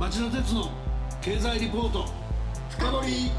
町田鉄の経済リポート深掘り。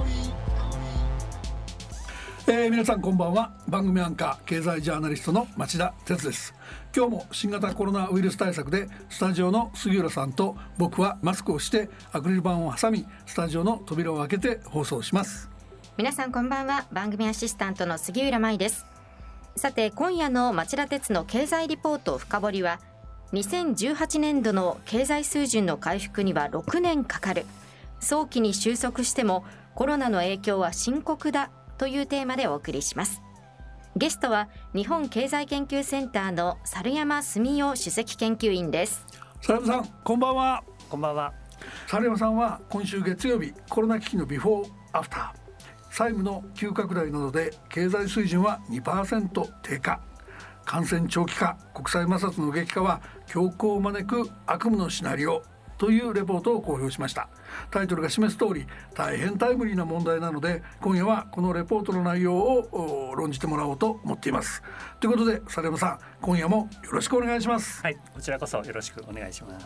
皆さんこんばんは。番組アンカー経済ジャーナリストの町田鉄です。今日も新型コロナウイルス対策でスタジオの杉浦さんと僕はマスクをしてアクリル板を挟みスタジオの扉を開けて放送します。 皆さんこんばんは。番組アシスタントの杉浦舞です。さて今夜の町田鉄の経済リポート深掘りは、2018年度の経済水準の回復には6年かかる、早期に収束してもコロナの影響は深刻だというテーマでお送りします。ゲストは日本経済研究センターの猿山澄夫首席研究員です。 猿山さんこんばんは。 こんばんは。 猿山さんは今週月曜日、コロナ危機のビフォーアフター、債務の急拡大などで経済水準は 2% 低下、感染長期化、国際摩擦の激化は恐慌を招く悪夢のシナリオというレポートを公表しました。タイトルが示す通り大変タイムリーな問題なので、今夜はこのレポートの内容を論じてもらおうと思っています。ということで猿山さん、今夜もよろしくお願いします。 はい、こちらこそよろしくお願いします。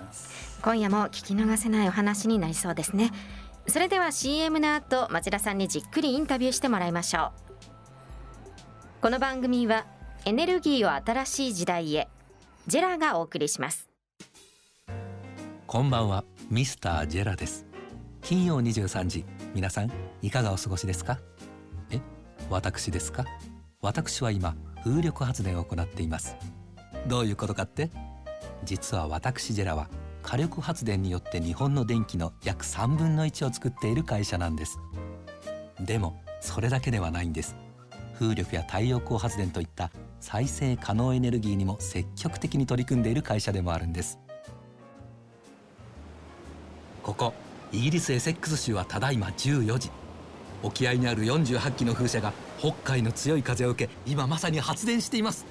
今夜も聞き逃せないお話になりそうですね。それでは CM の後、町田さんにじっくりインタビューしてもらいましょう。この番組はエネルギーを新しい時代へ、ジェラがお送りします。 こんばんは、ミスタージェラです。金曜23時、皆さんいかがお過ごしですか？私ですか？私は今風力発電を行っています。どういうことかって？実は私ジェラは火力発電によって日本の電気の約3分の1を作っている会社なんです。でもそれだけではないんです。風力や太陽光発電といった再生可能エネルギーにも積極的に取り組んでいる会社でもあるんです。ここイギリスエセックス州はただいま14時。沖合にある48基の風車が北海の強い風を受け、今まさに発電しています。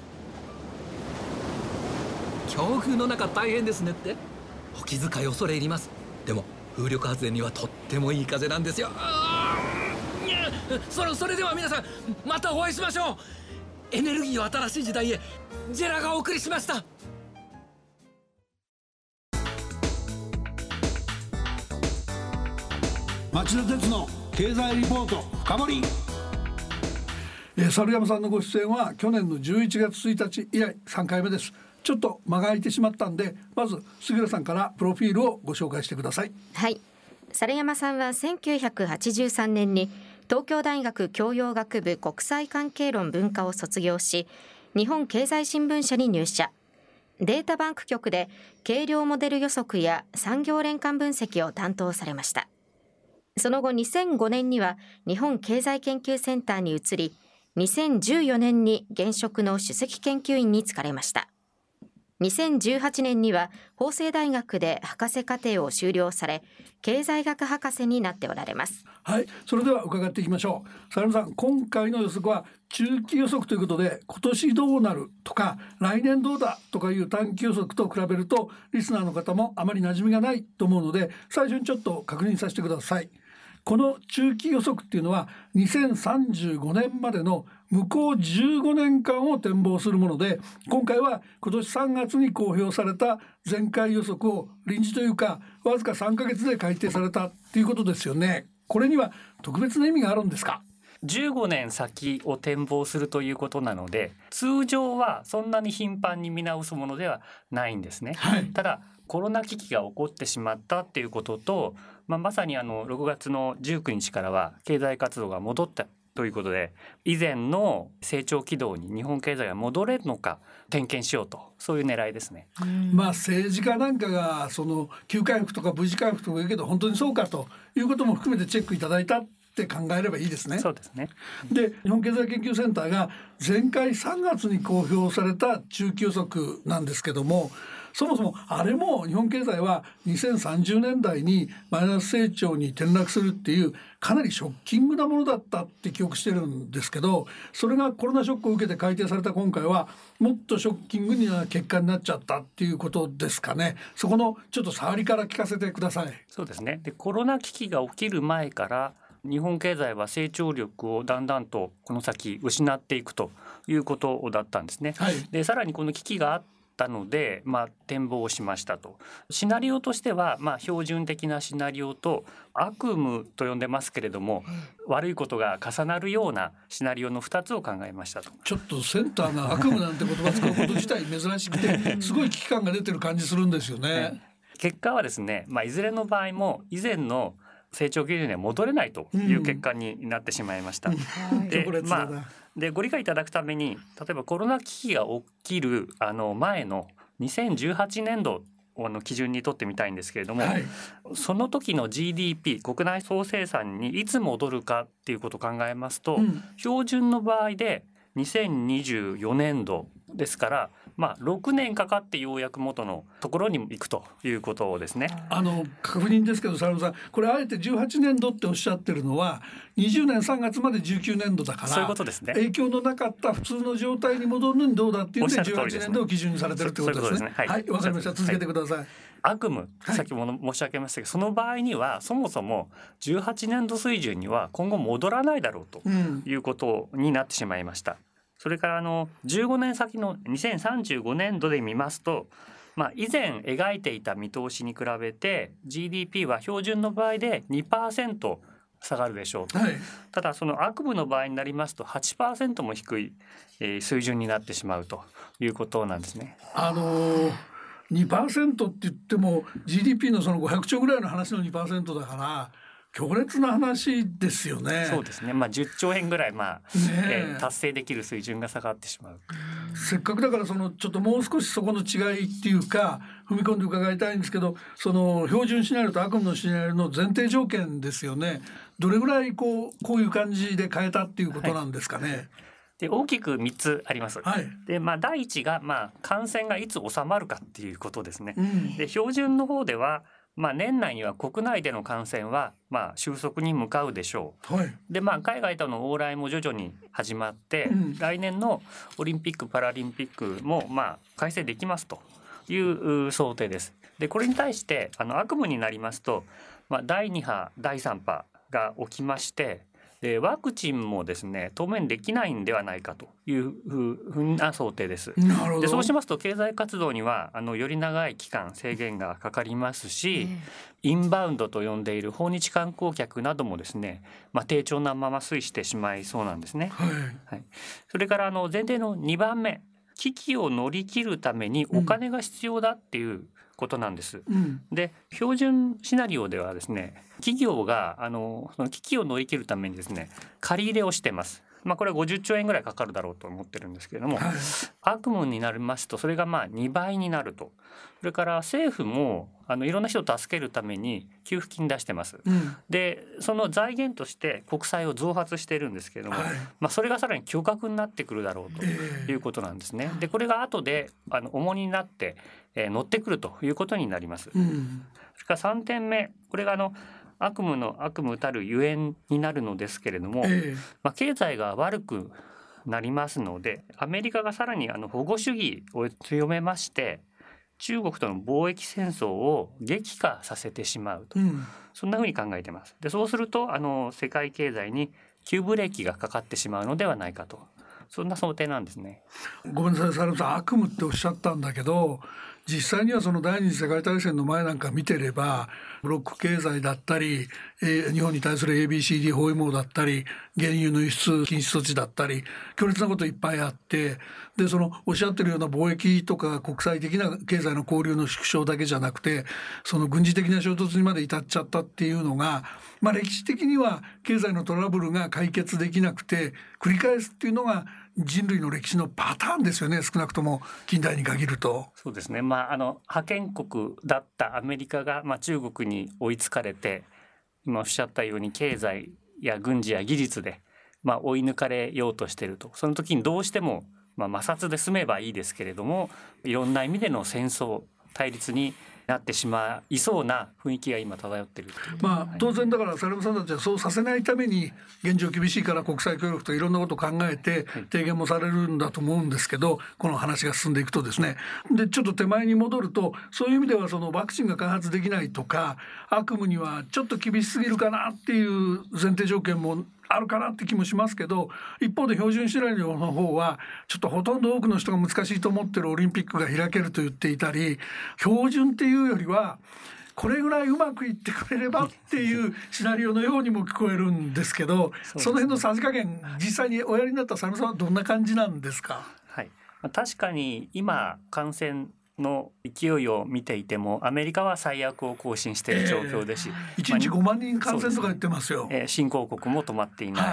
強風の中大変ですねって？お気遣い恐れ入ります。でも風力発電にはとってもいい風なんですよ。それでは皆さん、またお会いしましょう。エネルギーを新しい時代へ、ジェラがお送りしました。 町田鉄の経済リポート深掘り。猿山さんのご出演は去年の11月1日以来3回目です。ちょっと間が空いてしまったんで、まず杉浦さんからプロフィールをご紹介してください。 はい、猿山さんは1983年に東京大学教養学部国際関係論文科を卒業し、日本経済新聞社に入社。データバンク局で計量モデル予測や産業連関分析を担当されました。その後2005年には日本経済研究センターに移り、2014年に現職の首席研究員に就かれました。2018年には法政大学で博士課程を修了され、経済学博士になっておられます。 はい、それでは伺っていきましょう。猿山さん、今回の予測は中期予測ということで、今年どうなるとか来年どうだとかいう短期予測と比べるとリスナーの方もあまり馴染みがないと思うので、最初にちょっと確認させてください。この中期予測っていうのは2035年までの向こう15年間を展望するもので、今回は今年3月に公表された前回予測を臨時というかわずか3ヶ月で改定されたっていうことですよね。これには特別な意味があるんですか ？15年先を展望するということなので、通常はそんなに頻繁に見直すものではないんですね。 はい、 ただコロナ危機が起こってしまったっていうことと、まさに6月の19日からは経済活動が戻ったということで、以前の成長軌道に日本経済が戻れるのか点検しようと、そういう狙いですね。 政治家なんかがその急回復とか V 字回復とか言うけど、本当にそうかということも含めてチェックいただいたって考えればいいですね。 そうですね。 で、日本経済研究センターが前回3月に公表された中期予測なんですけども、そもそもあれも日本経済は2030年代にマイナス成長に転落するっていうかなりショッキングなものだったって記憶してるんですけど、それがコロナショックを受けて改定された今回はもっとショッキングな結果になっちゃったっていうことですかね。そこのちょっと触りから聞かせてください。 そうですね。で、コロナ危機が起きる前から日本経済は成長力をだんだんとこの先失っていくということだったんですね。 はい、 でさらにこの危機があっったので、展望しましたと。シナリオとしては、標準的なシナリオと悪夢と呼んでますけれども、悪いことが重なるようなシナリオの2つを考えましたと。 ちょっとセンターが悪夢なんて言葉使うこと自体珍しくてすごい危機感が出てる感じするんですよね。 結果はですね、いずれの場合も以前の成長基準には戻れないという結果になってしまいました。でご理解いただくために、例えばコロナ危機が起きる前の2018年度の基準にとってみたいんですけれども、その時の GDP 国内総生産にいつ戻るかっていうことを考えますと、標準の場合で2024年度ですから、6年かかってようやく元のところに行くということですね。 確認ですけど、佐野さん、これあえて18年度っておっしゃってるのは20年3月まで19年度だから、 そういうことですね。 影響のなかった普通の状態に戻るのにどうだっていうので18年度を基準にされてるってことですね。はい、わかりました。続けてください。 悪夢、さっきも申し上げましたけど、その場合にはそもそも18年度水準には今後戻らないだろうということになってしまいました。それから15年先の2035年度で見ますと、以前描いていた見通しに比べて GDP は標準の場合で 2% 下がるでしょうと、ただその悪夢の場合になりますと 8% も低い水準になってしまうということなんですね。 2% って言っても GDP のその500兆ぐらいの話の 2% だから強烈な話ですよね。 そうですね。10兆円ぐらい達成できる水準が下がってしまう。 せっかくだからちょっともう少しそこの違いっていうか踏み込んで伺いたいんですけど、その標準シナリオと悪夢のシナリオの前提条件ですよね。どれぐらいこういう感じで変えたっていうことなんですかね。 で大きく3つあります。で第一が感染がいつ収まるかっていうことですね。で標準の方では年内には国内での感染は収束に向かうでしょう。で海外との往来も徐々に始まって、来年のオリンピック・パラリンピックも開催できますという想定です。でこれに対して悪夢になりますと、第2波第3波が起きまして、ワクチンもですね当面できないんではないかというふうな想定です。でそうしますと経済活動にはより長い期間制限がかかりますし、インバウンドと呼んでいる訪日観光客などもですね、低調なまま推移してしまいそうなんですね。それから前提の2番目、危機を乗り切るためにお金が必要だっていうことなんです。で標準シナリオではですね、企業がその危機を乗り切るためにですね借り入れをしてます。これは50兆円ぐらいかかるだろうと思ってるんですけれども、悪夢になりますとそれが2倍になると。それから政府もいろんな人を助けるために給付金出してます。でその財源として国債を増発しているんですけれども、それがさらに巨額になってくるだろうということなんですね。でこれが後で重荷になって乗ってくるということになります。それから3点目、これが悪夢の悪夢たるゆえんになるのですけれども、経済が悪くなりますので、アメリカがさらに保護主義を強めまして中国との貿易戦争を激化させてしまうと、そんなふうに考えています。でそうすると世界経済に急ブレーキがかかってしまうのではないかと、そんな想定なんですね。 ごめんなさい、佐野さん、悪夢っておっしゃったんだけど、実際にはその第二次世界大戦の前なんか見てればブロック経済だったり、日本に対する ABCD 包囲網だったり原油の輸出禁止措置だったり強烈なこといっぱいあって、でそのおっしゃってるような貿易とか国際的な経済の交流の縮小だけじゃなくて、その軍事的な衝突にまで至っちゃったっていうのが、歴史的には経済のトラブルが解決できなくて繰り返すっていうのが人類の歴史のパターンですよね。少なくとも近代に限ると。 そうですね。覇権国だったアメリカが、中国に追いつかれて、今おっしゃったように経済や軍事や技術で、追い抜かれようとしていると。その時にどうしても、摩擦で済めばいいですけれども、いろんな意味での戦争対立になってしまいそうな雰囲気が今漂っている。 当然だからサルムさんたちはそうさせないために現状厳しいから国際協力といろんなことを考えて提言もされるんだと思うんですけど、この話が進んでいくとですね、でちょっと手前に戻ると、そういう意味ではそのワクチンが開発できないとか悪夢にはちょっと厳しすぎるかなっていう前提条件もあるかなって気もしますけど、一方で標準シナリオの方はちょっとほとんど多くの人が難しいと思ってるオリンピックが開けると言っていたり、標準っていうよりはこれぐらいうまくいってくれればっていうシナリオのようにも聞こえるんですけど、その辺のさじ加減実際におやりになった佐野さんはどんな感じなんですか？ はい、確かに今感染の勢いを見ていてもアメリカは最悪を更新している状況ですし、 1日5万人感染とか言ってますよ。 新興国も止まっていない、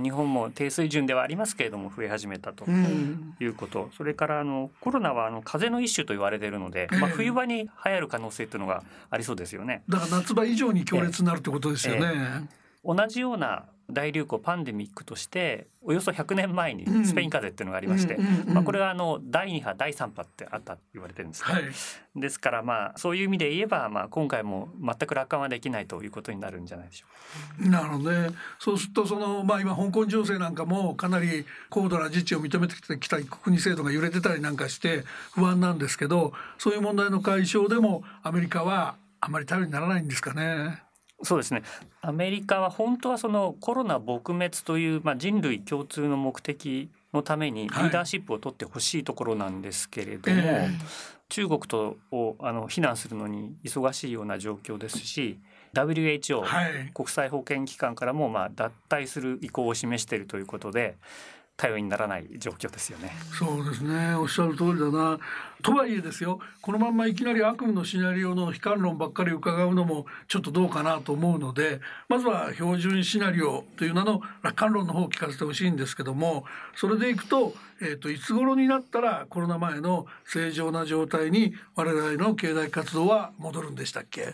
日本も低水準ではありますけれども増え始めたということ、それからコロナは風邪の一種と言われているので、冬場に流行る可能性というのがありそうですよね。 だから夏場以上に強烈になるってことですよね。 同じような大流行パンデミックとしておよそ100年前にスペイン風邪っていうのがありまして、これは第2波第3波ってあったと言われてるんですね、ですからそういう意味で言えば今回も全く楽観はできないということになるんじゃないでしょうか。 なるほどね。そうすると今香港情勢なんかもかなり高度な自治を認めてきた一国二制度が揺れてたりなんかして不安なんですけど、そういう問題の解消でもアメリカはあまり頼りにならないんですかね。 そうですね、アメリカは本当はコロナ撲滅という、人類共通の目的のためにリーダーシップを取ってほしいところなんですけれども、中国を非難するのに忙しいような状況ですし、 WHO、国際保健機関からも脱退する意向を示しているということで頼りにならない状況ですよね。 そうですね、おっしゃる通りだな。とはいえですよ、このまんまいきなり悪夢のシナリオの悲観論ばっかり伺うのもちょっとどうかなと思うので、まずは標準シナリオという名の楽観論の方を聞かせてほしいんですけども、それでいくと、いつ頃になったらコロナ前の正常な状態に我々の経済活動は戻るんでしたっけ？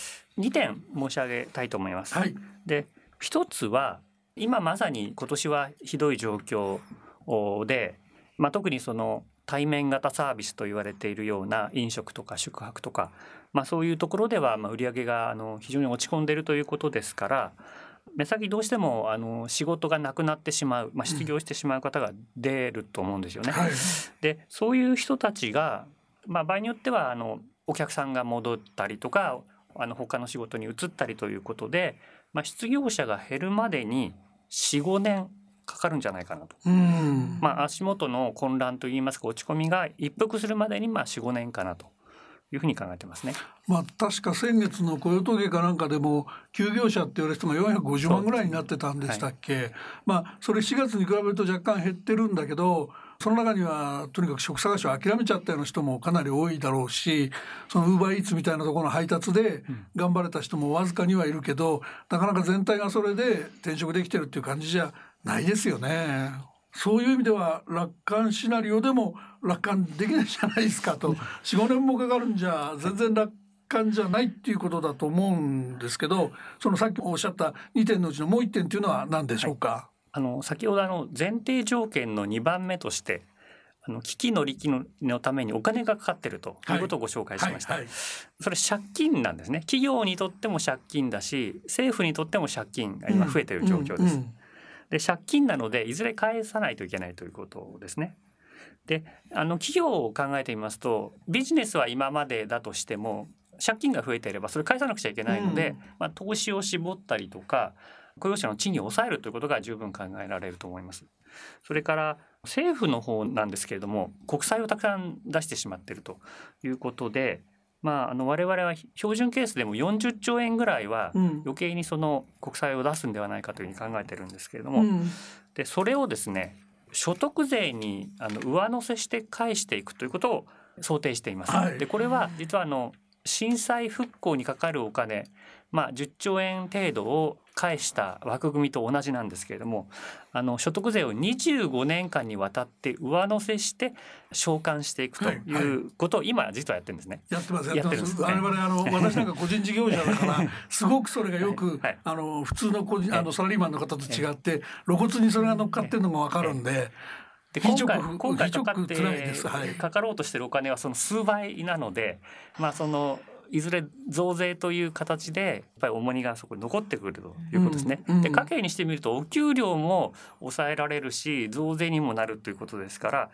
2点申し上げたいと思います。で、一つは今まさに今年はひどい状況で、特に対面型サービスと言われているような飲食とか宿泊とか、そういうところでは売り上げが非常に落ち込んでいるということですから、目先どうしても仕事がなくなってしまう、失業してしまう方が出ると思うんですよね。で、そういう人たちが、場合によってはお客さんが戻ったりとか他の仕事に移ったりということで、失業者が減るまでに 4,5 年かかるんじゃないかなと。足元の混乱といいますか落ち込みが一服するまでに 4,5 年かなというふうに考えてますね。 確か先月の雇用統計かなんかでも休業者って言われる人が450万ぐらいになってたんでしたっけ？それ4月に比べると若干減ってるんだけど、その中にはとにかく職探しを諦めちゃったような人もかなり多いだろうし、そのウーバーイーツみたいなところの配達で頑張れた人もわずかにはいるけど、なかなか全体がそれで転職できてるっていう感じじゃないですよね。そういう意味では楽観シナリオでも楽観できないじゃないですかと。 4,5 年もかかるんじゃ全然楽観じゃないっていうことだと思うんですけど、さっきおっしゃった2点のうちのもう1点っていうのは何でしょうか？ 先ほど前提条件の2番目として危機乗り切りのためにお金がかかっているということをご紹介しました。それ借金なんですね。企業にとっても借金だし、政府にとっても借金が今増えている状況です。で、借金なのでいずれ返さないといけないということですね。で、企業を考えてみますと、ビジネスは今までだとしても借金が増えていればそれ返さなくちゃいけないので、投資を絞ったりとか雇用者の賃金を抑えるということが十分考えられると思います。それから政府の方なんですけれども、国債をたくさん出してしまっているということで、我々は標準ケースでも40兆円ぐらいは余計に国債を出すんではないかというふうに考えているんですけれども、でそれをですね、所得税に上乗せして返していくということを想定しています。でこれは実は震災復興にかかるお金、10兆円程度を返した枠組みと同じなんですけれども、所得税を25年間にわたって上乗せして償還していくということを今実はやってるんですね。 やってます。私なんか個人事業者だからすごくそれがよく普通のサラリーマンの方と違って露骨にそれが乗っかってるのも分かるんで、 今回かかろうとしているお金はその数倍なので、いずれ増税という形でやっぱり重荷がそこに残ってくるということですね。で家計にしてみるとお給料も抑えられるし増税にもなるということですから、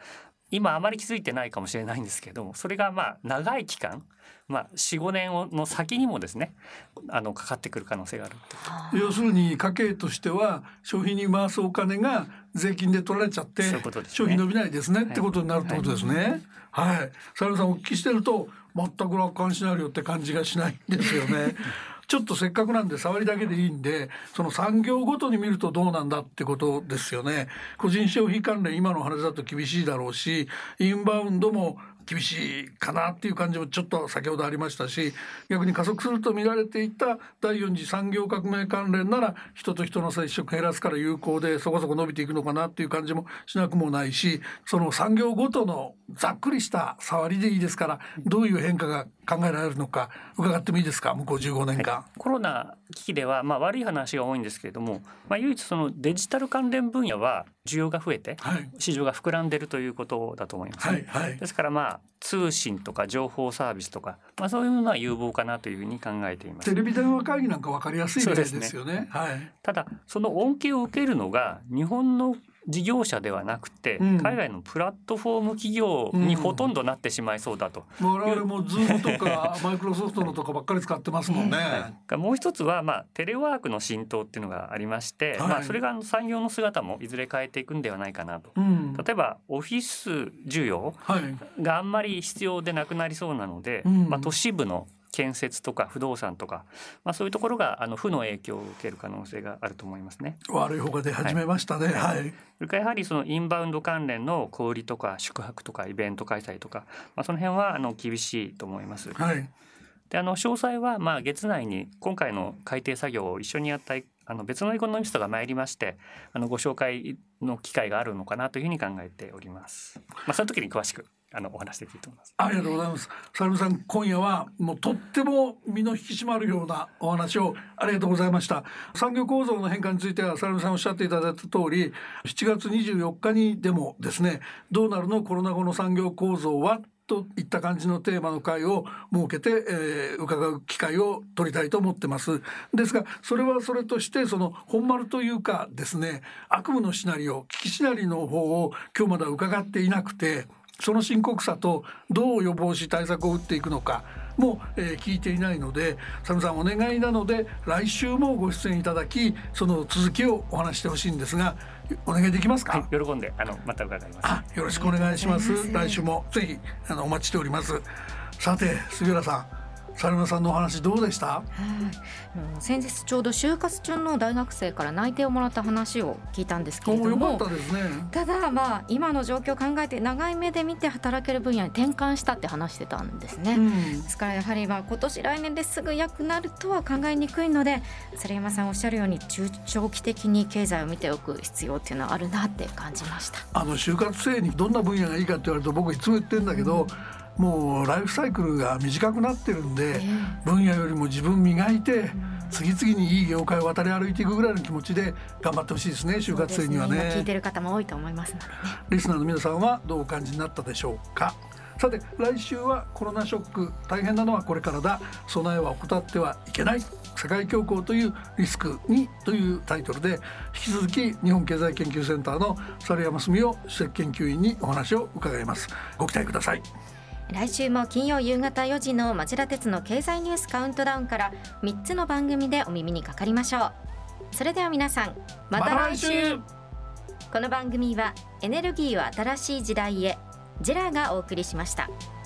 今あまり気づいてないかもしれないんですけども、それが長い期間、4、5年の先にもですねかかってくる可能性がある。 要するに家計としては消費に回すお金が税金で取られちゃって、消費伸びないですね、ってことになるってことですね。はい、サルさんお聞きしてると全く楽観シナリオって感じがしないんですよね。ちょっとせっかくなんで触りだけでいいんで、その産業ごとに見るとどうなんだってことですよね。個人消費関連今の話だと厳しいだろうし、インバウンドも厳しいかなっていう感じもちょっと先ほどありましたし、逆に加速すると見られていた第4次産業革命関連なら人と人の接触減らすから有効でそこそこ伸びていくのかなっていう感じもしなくもないし、その産業ごとのざっくりした触りでいいですから、どういう変化が考えられるのか伺ってもいいですか。向こう15年間、 コロナ危機では悪い話が多いんですけれども、唯一そのデジタル関連分野は需要が増えて、市場が膨らんでいるということだと思います、ね。ですから通信とか情報サービスとか、そういうのは有望かなというふうに考えています。 テレビ電話会議なんか分かりやすい例ですよね。 ただその恩恵を受けるのが日本の事業者ではなくて、海外のプラットフォーム企業にほとんどなってしまいそうだと。 我々も Zoom とかマイクロソフトのとかばっかり使ってますもんね。 もう一つはテレワークの浸透っていうのがありまして、それが産業の姿もいずれ変えていくんではないかなと。例えばオフィス需要があんまり必要でなくなりそうなので、都市部の建設とか不動産とか、そういうところが負の影響を受ける可能性があると思いますね。 悪い方が出始めましたね。 それからやはりそのインバウンド関連の小売とか宿泊とかイベント開催とか、その辺は厳しいと思います。で詳細は月内に今回の改定作業を一緒にやった別のエコノミストが参りまして、ご紹介の機会があるのかなというふうに考えております。その時に詳しくお話できると思います。 ありがとうございます。サルムさん、今夜はもうとっても身の引き締まるようなお話をありがとうございました。産業構造の変化についてはサルムさんおっしゃっていただいた通り、7月24日にでもですね、どうなるのコロナ後の産業構造はといった感じのテーマの会を設けて、伺う機会を取りたいと思ってます。ですがそれはそれとして、その本丸というかですね、悪夢のシナリオ、危機シナリオの方を今日まだ伺っていなくて、その深刻さとどう予防し対策を打っていくのかも、聞いていないので、サムさんお願いなので来週もご出演いただき、その続きをお話してほしいんですが、お願いできますか。 喜んでまた伺います。 よろしくお願いします。来週もぜひお待ちしております。さて杉浦さん、サルマさんのお話どうでした？ 先日ちょうど就活中の大学生から内定をもらった話を聞いたんですけれども、 よかったですね。 ただ今の状況を考えて長い目で見て働ける分野に転換したって話してたんですね。ですからやはり今年来年ですぐ良くなるとは考えにくいので、猿山さんおっしゃるように中長期的に経済を見ておく必要っていうのはあるなって感じました。 就活生にどんな分野がいいかって言われると僕いつも言ってるんだけど、もうライフサイクルが短くなってるんで、分野よりも自分磨いて次々にいい業界を渡り歩いていくぐらいの気持ちで頑張ってほしいですね、就活生にはね。 今聞いてる方も多いと思いますのでね。 リスナーの皆さんはどうお感じになったでしょうか。さて来週はコロナショック、大変なのはこれからだ、備えは怠ってはいけない、世界恐慌というリスクにというタイトルで、引き続き日本経済研究センターの猿山澄夫主席研究員にお話を伺います。ご期待ください。 来週も金曜夕方4時の町田鉄の経済ニュースカウントダウンから3つの番組でお耳にかかりましょう。それでは皆さんまた来週。この番組はエネルギーを新しい時代へ、ジェラがお送りしました。